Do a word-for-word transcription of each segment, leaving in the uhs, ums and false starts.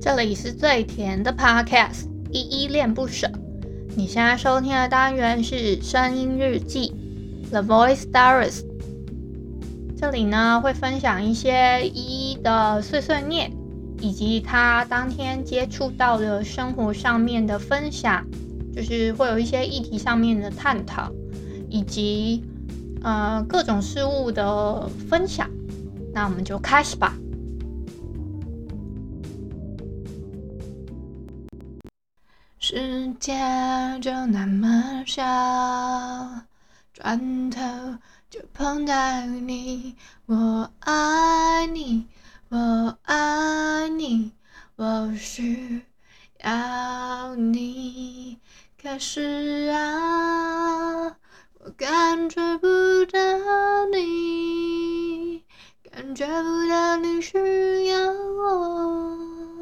这里是最甜的 Podcast， 依依恋不舍。你现在收听的单元是声音日记 The Voice Diaries。这里呢会分享一些依依的碎碎念，以及他当天接触到的生活上面的分享，就是会有一些议题上面的探讨，以及呃各种事物的分享。那我们就开始吧。世界就那么小，转头就碰到你。我爱你，我爱你，我需要你。可是啊，我感觉不到你，感觉不到你需要我。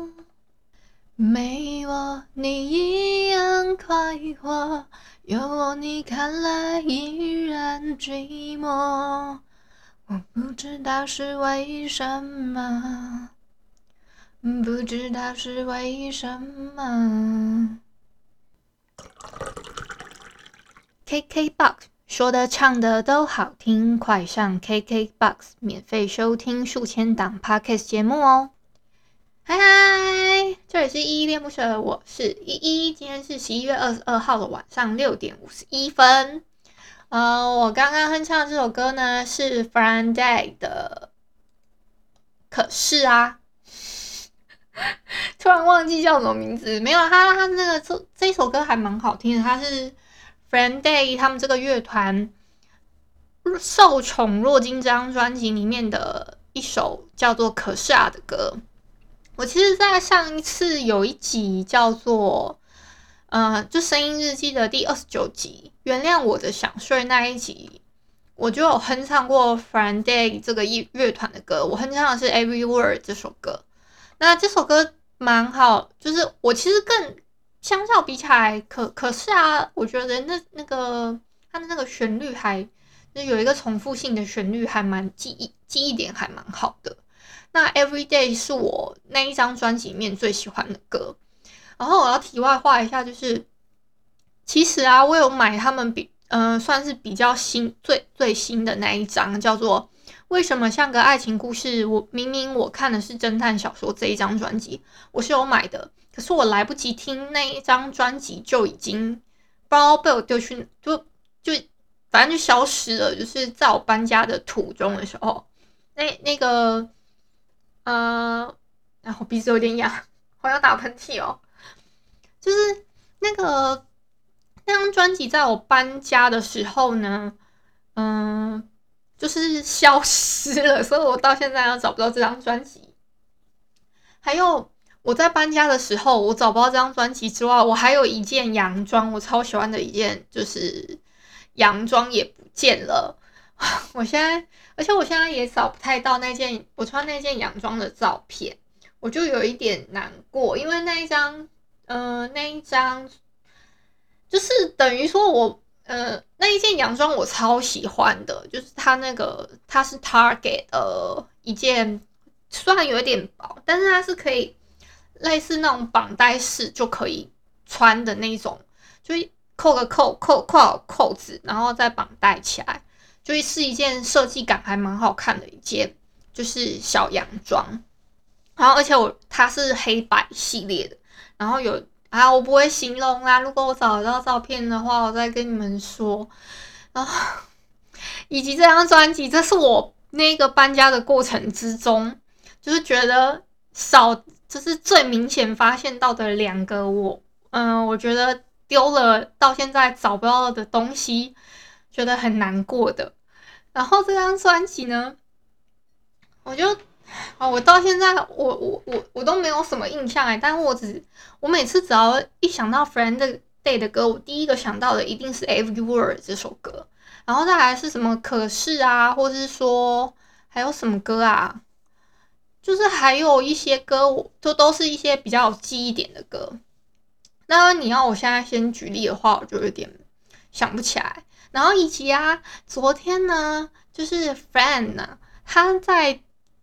没我你一样快活，有我你看来依然寂寞。我不知道是为什么，不知道是为什么。K K B O X 说的唱的都好听，快上 K K B O X 免费收听数千档 Podcast 节目哦。嗨嗨，这里是依依恋不舍，我是依依。今天是十一月二十二号的晚上六点五十一分。呃，我刚刚哼唱的这首歌呢是 Friday 的可是啊，突然忘记叫什么名字。没有，他他那个这这首歌还蛮好听的，他是 Friday 他们这个乐团受宠若惊这张专辑里面的一首叫做可是啊的歌。我其实在上一次有一集叫做呃，就声音日记的第二十九集原谅我的想睡那一集，我就有哼唱过 Friday 这个乐团的歌。我哼唱的是 Every Word 这首歌。那这首歌蛮好，就是我其实更相较比起来，可可是啊，我觉得那那个它的那个旋律还就有一个重复性的旋律，还蛮记忆记忆点还蛮好的。那 Everyday 是我那一张专辑里面最喜欢的歌。然后我要题外话一下，就是其实啊，我有买他们比呃算是比较新最最新的那一张，叫做为什么像个爱情故事。我明明我看的是侦探小说，这一张专辑我是有买的，可是我来不及听那一张专辑，就已经不知道被我丢去就就反正就消失了。就是在我搬家的途中的时候，那那个。呃，然后鼻子有点痒，好像打喷嚏哦。就是那个那张专辑，在我搬家的时候呢，嗯、呃，就是消失了，所以我到现在都找不到这张专辑。还有我在搬家的时候，我找不到这张专辑之外，我还有一件洋装，我超喜欢的一件，就是洋装也不见了。我现在，而且我现在也找不太到那件我穿那件洋装的照片，我就有一点难过，因为那一张，呃，那一张就是等于说我，呃，那一件洋装我超喜欢的，就是它那个它是 Target 的一件，虽然有一点薄，但是它是可以类似那种绑带式就可以穿的那种，就扣个扣扣扣好扣子，然后再绑带起来。就是一件设计感还蛮好看的一件，就是小洋装。然后而且我它是黑白系列的，然后有啊，我不会形容啦，如果我找得到照片的话，我再跟你们说。然后以及这张专辑，这是我那个搬家的过程之中，就是觉得少，就是最明显发现到的两个我，嗯、呃，我觉得丢了到现在找不到的东西。觉得很难过的。然后这张专辑呢，我就啊，我到现在我我我我都没有什么印象哎，但我只我每次只要一想到 Friday 的歌，我第一个想到的一定是 Every Word 这首歌，然后再来是什么可是啊，或是说还有什么歌啊，就是还有一些歌，就都是一些比较有记忆点的歌。那你要我现在先举例的话，我就有点想不起来。然后以及啊，昨天呢，就是 Friend 呢、啊，他在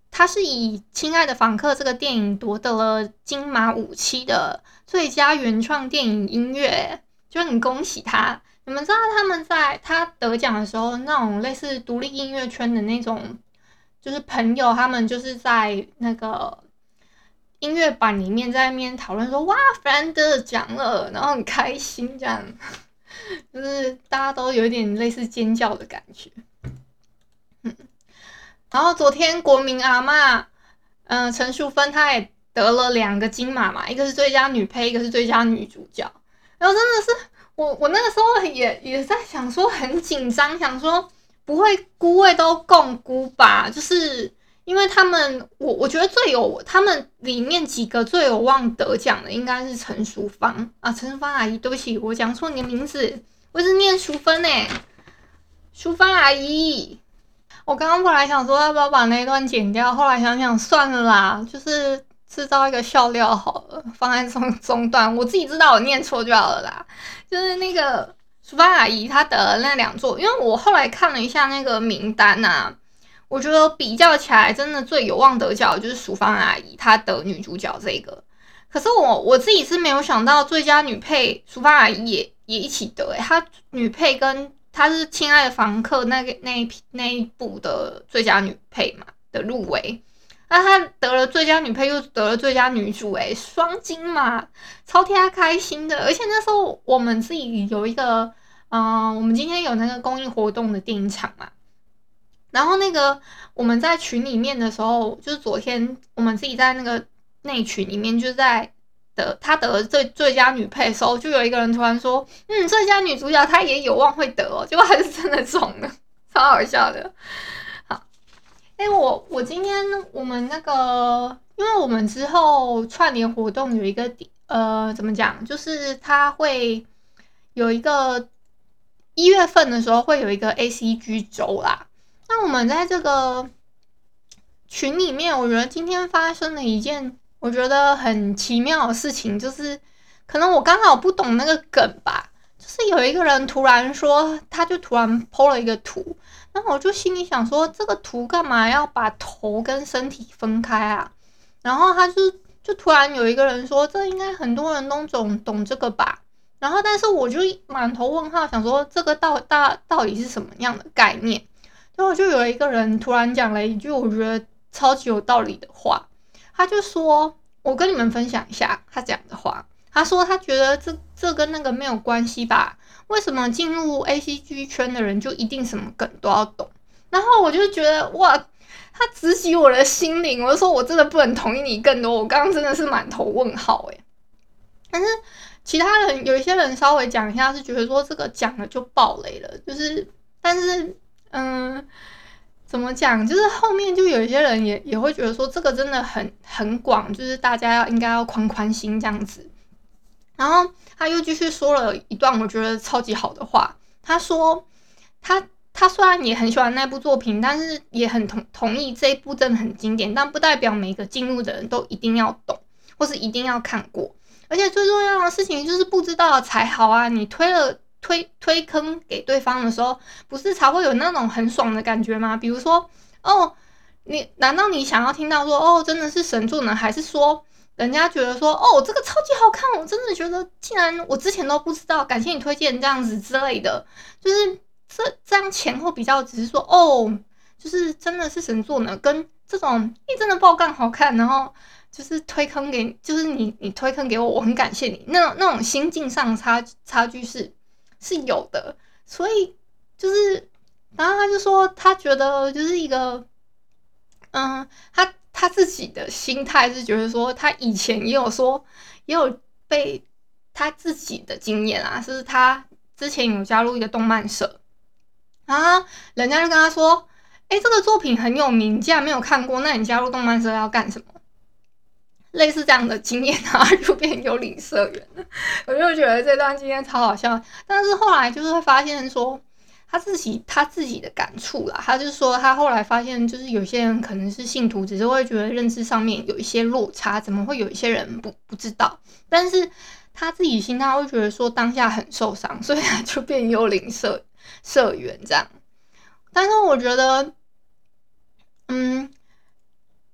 他是以《亲爱的房客》这个电影夺得了金马五期的最佳原创电影音乐，就很恭喜他。你们知道他们在他得奖的时候，那种类似独立音乐圈的那种，就是朋友，他们就是在那个音乐版里面在那边讨论说，哇，弗兰得奖了，然后很开心这样，就是大家都有一点类似尖叫的感觉。嗯，然后昨天国民阿嬷，嗯、呃，陈淑芬她也得了两个金马嘛，一个是最佳女配，一个是最佳女主角。然后真的是我，我那个时候也也在想说很紧张，想说不会孤位都共孤吧？就是因为他们，我我觉得最有他们里面几个最有望得奖的应该是陈淑芳啊，陈淑芳阿姨，对不起，我讲错你的名字，我是念淑芬诶，淑芳阿姨。我刚刚本来想说要不要把那一段剪掉，后来想想算了啦，就是制造一个笑料好了，放在中中段，我自己知道我念错就好了啦。就是那个淑芳阿姨她得了那两座，因为我后来看了一下那个名单啊，我觉得比较起来，真的最有望得奖的就是淑芳阿姨她得女主角这个。可是我我自己是没有想到最佳女配淑芳阿姨也也一起得诶、欸，她女配跟她是《亲爱的房客》那个那一那一部的最佳女配嘛的入围，那她得了最佳女配又得了最佳女主、欸，哎，双金嘛，超替她开心的。而且那时候我们自己有一个，嗯、呃，我们今天有那个公益活动的电影场嘛，然后那个我们在群里面的时候，就是昨天我们自己在那个内群里面就在。的她得了最最佳女配的时候，就有一个人突然说：“嗯，最佳女主角她也有望会得哦。”结果还是真的中了，超好笑的。好，哎、欸，我我今天我们那个，因为我们之后串联活动有一个呃，怎么讲，就是它会有一个一月份的时候会有一个 A C G 周啦。那我们在这个群里面，我觉得今天发生了一件。我觉得很奇妙的事情就是，可能我刚好不懂那个梗吧，就是有一个人突然说，他就突然 po 了一个图，然后我就心里想说，这个图干嘛要把头跟身体分开啊？然后他就就突然有一个人说，这应该很多人都懂懂这个吧？然后但是我就满头问号，想说这个到大到底是什么样的概念？然后就有一个人突然讲了一句我觉得超级有道理的话。他就说，我跟你们分享一下他讲的话。他说他觉得这这跟那个没有关系吧？为什么进入 A C G 圈的人就一定什么梗都要懂？然后我就觉得哇，他直击我的心灵。我就说我真的不能同意你更多。我刚刚真的是满头问号诶。但是其他人有一些人稍微讲一下，是觉得说这个讲了就爆雷了，就是但是嗯。怎么讲？就是后面就有一些人也也会觉得说这个真的很很广，就是大家要应该要宽宽心这样子。然后他又继续说了一段我觉得超级好的话。他说他他虽然也很喜欢那部作品，但是也很同同意这一部真的很经典，但不代表每个进入的人都一定要懂，或是一定要看过。而且最重要的事情就是不知道才好啊！你推了。推推坑给对方的时候，不是才会有那种很爽的感觉吗？比如说，哦，你难道你想要听到说，哦，真的是神作呢？还是说，人家觉得说，哦，这个超级好看，我真的觉得，竟然我之前都不知道，感谢你推荐这样子之类的，就是这这样前后比较，只是说，哦，就是真的是神作呢，跟这种一真的爆干好看，然后。就是推坑给，就是你你推坑给我，我很感谢你。那种那种心境上差差距是是有的，所以就是，然后他就说他觉得就是一个，嗯，他他自己的心态是觉得说，他以前也有说，也有被他自己的经验啊，是他之前有加入一个动漫社，然后人家就跟他说，哎，这个作品很有名，你既然没有看过，那你加入动漫社要干什么？类似这样的经验，然后就变幽灵社员了。我就觉得这段经验超好笑，但是后来就是会发现说，他自己他自己的感触啦。他就说他后来发现，就是有些人可能是信徒，只是会觉得认知上面有一些落差，怎么会有一些人不不知道？但是他自己心态会觉得说当下很受伤，所以他就变幽灵社社员这样。但是我觉得，嗯。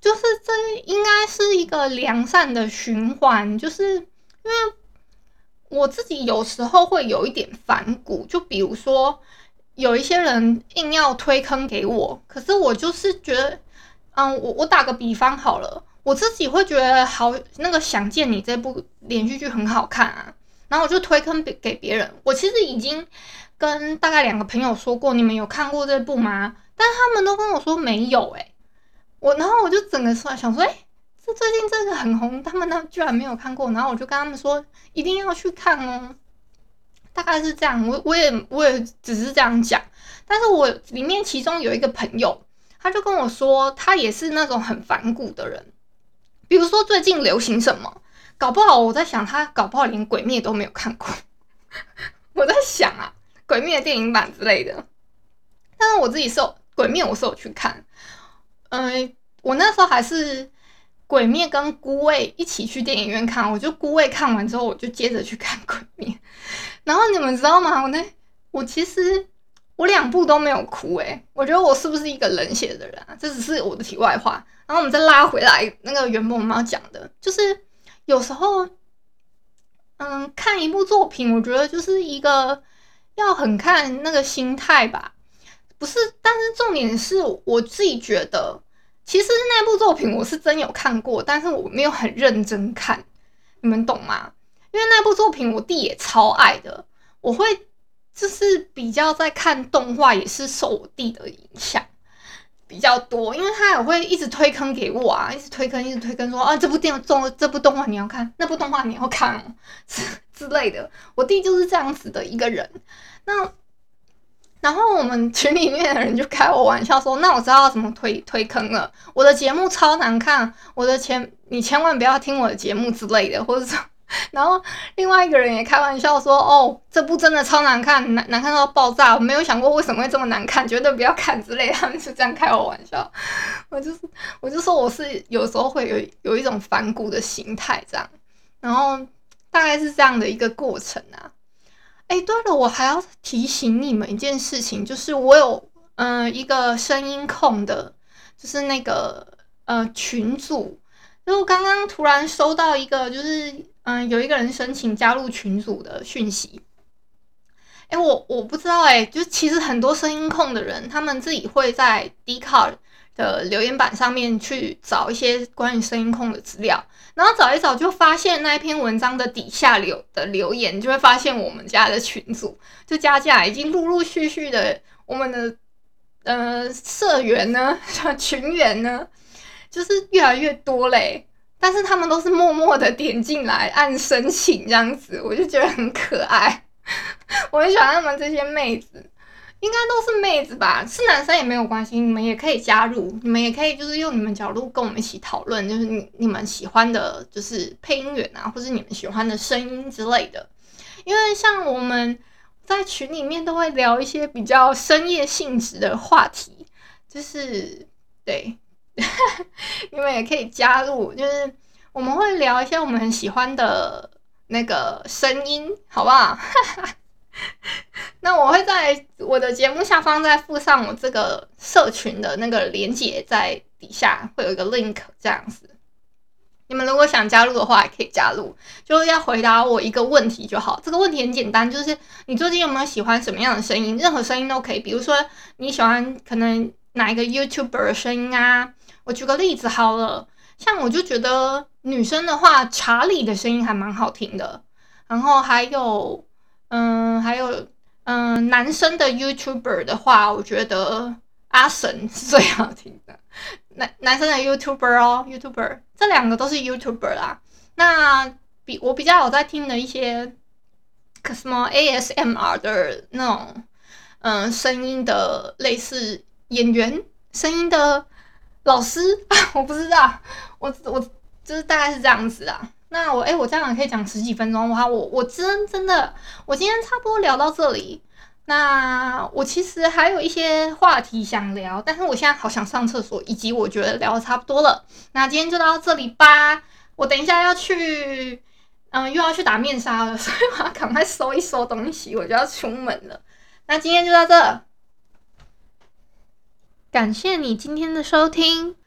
就是这应该是一个良善的循环，就是因为我自己有时候会有一点反骨，就比如说有一些人硬要推坑给我，可是我就是觉得，嗯，我我打个比方好了，我自己会觉得好，那个想见你这部连续剧很好看啊，然后我就推坑给别人。我其实已经跟大概两个朋友说过，你们有看过这部吗？但他们都跟我说没有、欸，我然后我就整个想说，哎、欸，这最近这个很红，他们呢居然没有看过，然后我就跟他们说一定要去看哦，大概是这样。我我也我也只是这样讲，但是我里面其中有一个朋友，他就跟我说，他也是那种很反骨的人，比如说最近流行什么，搞不好我在想他搞不好连鬼灭都没有看过，我在想啊，鬼灭的电影版之类的，但是我自己是有鬼灭，我是有去看。嗯、呃，我那时候还是鬼灭跟孤味一起去电影院看，我就孤味看完之后，我就接着去看鬼灭。然后你们知道吗？我那我其实我两部都没有哭诶、欸，我觉得我是不是一个冷血的人啊？这只是我的题外话。然后我们再拉回来那个原本我们要讲的，就是有时候，嗯，看一部作品，我觉得就是一个要很看那个心态吧。不是，但是重点是我自己觉得，其实那部作品我是真有看过，但是我没有很认真看，你们懂吗？因为那部作品我弟也超爱的，我会就是比较在看动画，也是受我弟的影响比较多，因为他也会一直推坑给我啊，一直推坑，一直推坑说啊，这部电动这部动画你要看，那部动画你要看哦之之类的。我弟就是这样子的一个人，那。然后我们群里面的人就开我玩笑说：“那我知道怎么推推坑了，我的节目超难看，我的前你千万不要听我的节目之类的，或者说，然后另外一个人也开玩笑说：哦，这部真的超难看，难难看到爆炸，我没有想过为什么会这么难看，绝对不要看之类的。他们是这样开我玩笑，我就是我就说我是有时候会有有一种反骨的心态这样，然后大概是这样的一个过程啊。”哎，对了，我还要提醒你们一件事情，就是我有嗯、呃、一个声音控的，就是那个呃群组，就刚刚突然收到一个，就是嗯、呃、有一个人申请加入群组的讯息。哎，我我不知道哎，就其实很多声音控的人，他们自己会在 Dcard 的留言板上面去找一些关于声音控的资料。然后找一找就发现那一篇文章的底下留的留言，就会发现我们家的群组就加进来，已经陆陆续续的我们的呃社员呢、群员呢，就是越来越多嘞。但是他们都是默默的点进来按申请这样子，我就觉得很可爱。我很喜欢他们这些妹子。应该都是妹子吧，是男生也没有关系，你们也可以加入，你们也可以就是用你们角度跟我们一起讨论，就是你你们喜欢的，就是配音员啊，或是你们喜欢的声音之类的。因为像我们在群里面都会聊一些比较深夜性质的话题，就是对，你们也可以加入，就是我们会聊一些我们很喜欢的那个声音，好不好？那我会在我的节目下方再附上我这个社群的那个连结，在底下会有一个 link 这样子。你们如果想加入的话，也可以加入，就要回答我一个问题就好。这个问题很简单，就是你最近有没有喜欢什么样的声音？任何声音都可以，比如说你喜欢可能哪一个 YouTuber 的声音啊？我举个例子好了，像我就觉得女生的话，查理的声音还蛮好听的，然后还有。嗯，还有嗯，男生的 YouTuber 的话，我觉得阿神是最好听的。男男生的 YouTuber 哦 ，YouTuber 这两个都是 YouTuber 啦。那比我比较有在听的一些什么 A S M R 的那种嗯声音的类似演员声音的老师，我不知道，我我就是大概是这样子啦。那我哎、欸，我这样可以讲十几分钟的话，我我真真的，我今天差不多聊到这里。那我其实还有一些话题想聊，但是我现在好想上厕所，以及我觉得聊的差不多了。那今天就到这里吧。我等一下要去，嗯，又要去打面纱了，所以我要赶快收一收东西，我就要出门了。那今天就到这，感谢你今天的收听。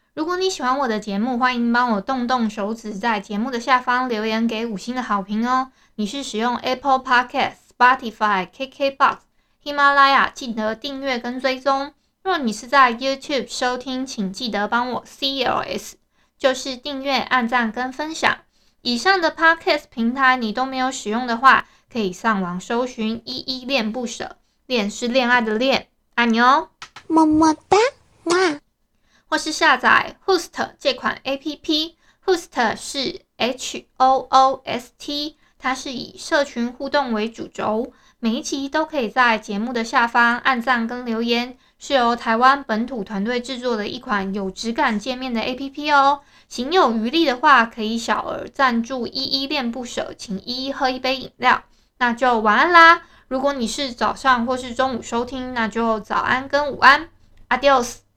如果你喜欢我的节目，欢迎帮我动动手指，在节目的下方留言给五星的好评哦。你是使用 Apple Podcast、Spotify、K K B O X、喜马拉雅，记得订阅跟追踪。若你是在 YouTube 收听，请记得帮我 C L S， 就是订阅、按赞跟分享。以上的 Podcast 平台你都没有使用的话，可以上网搜寻依依恋不舍，恋是恋爱的恋，爱你哦， 么么哒，哇！ 或是下载 Host 这款 A P P，Host 是 H O O S T， 它是以社群互动为主轴，每一集都可以在节目的下方按赞跟留言，是由台湾本土团队制作的一款有质感界面的 A P P 哦。行有余力的话，可以小额赞助依依恋不舍，请依依喝一杯饮料。那就晚安啦！如果你是早上或是中午收听，那就早安跟午安 ，Adios。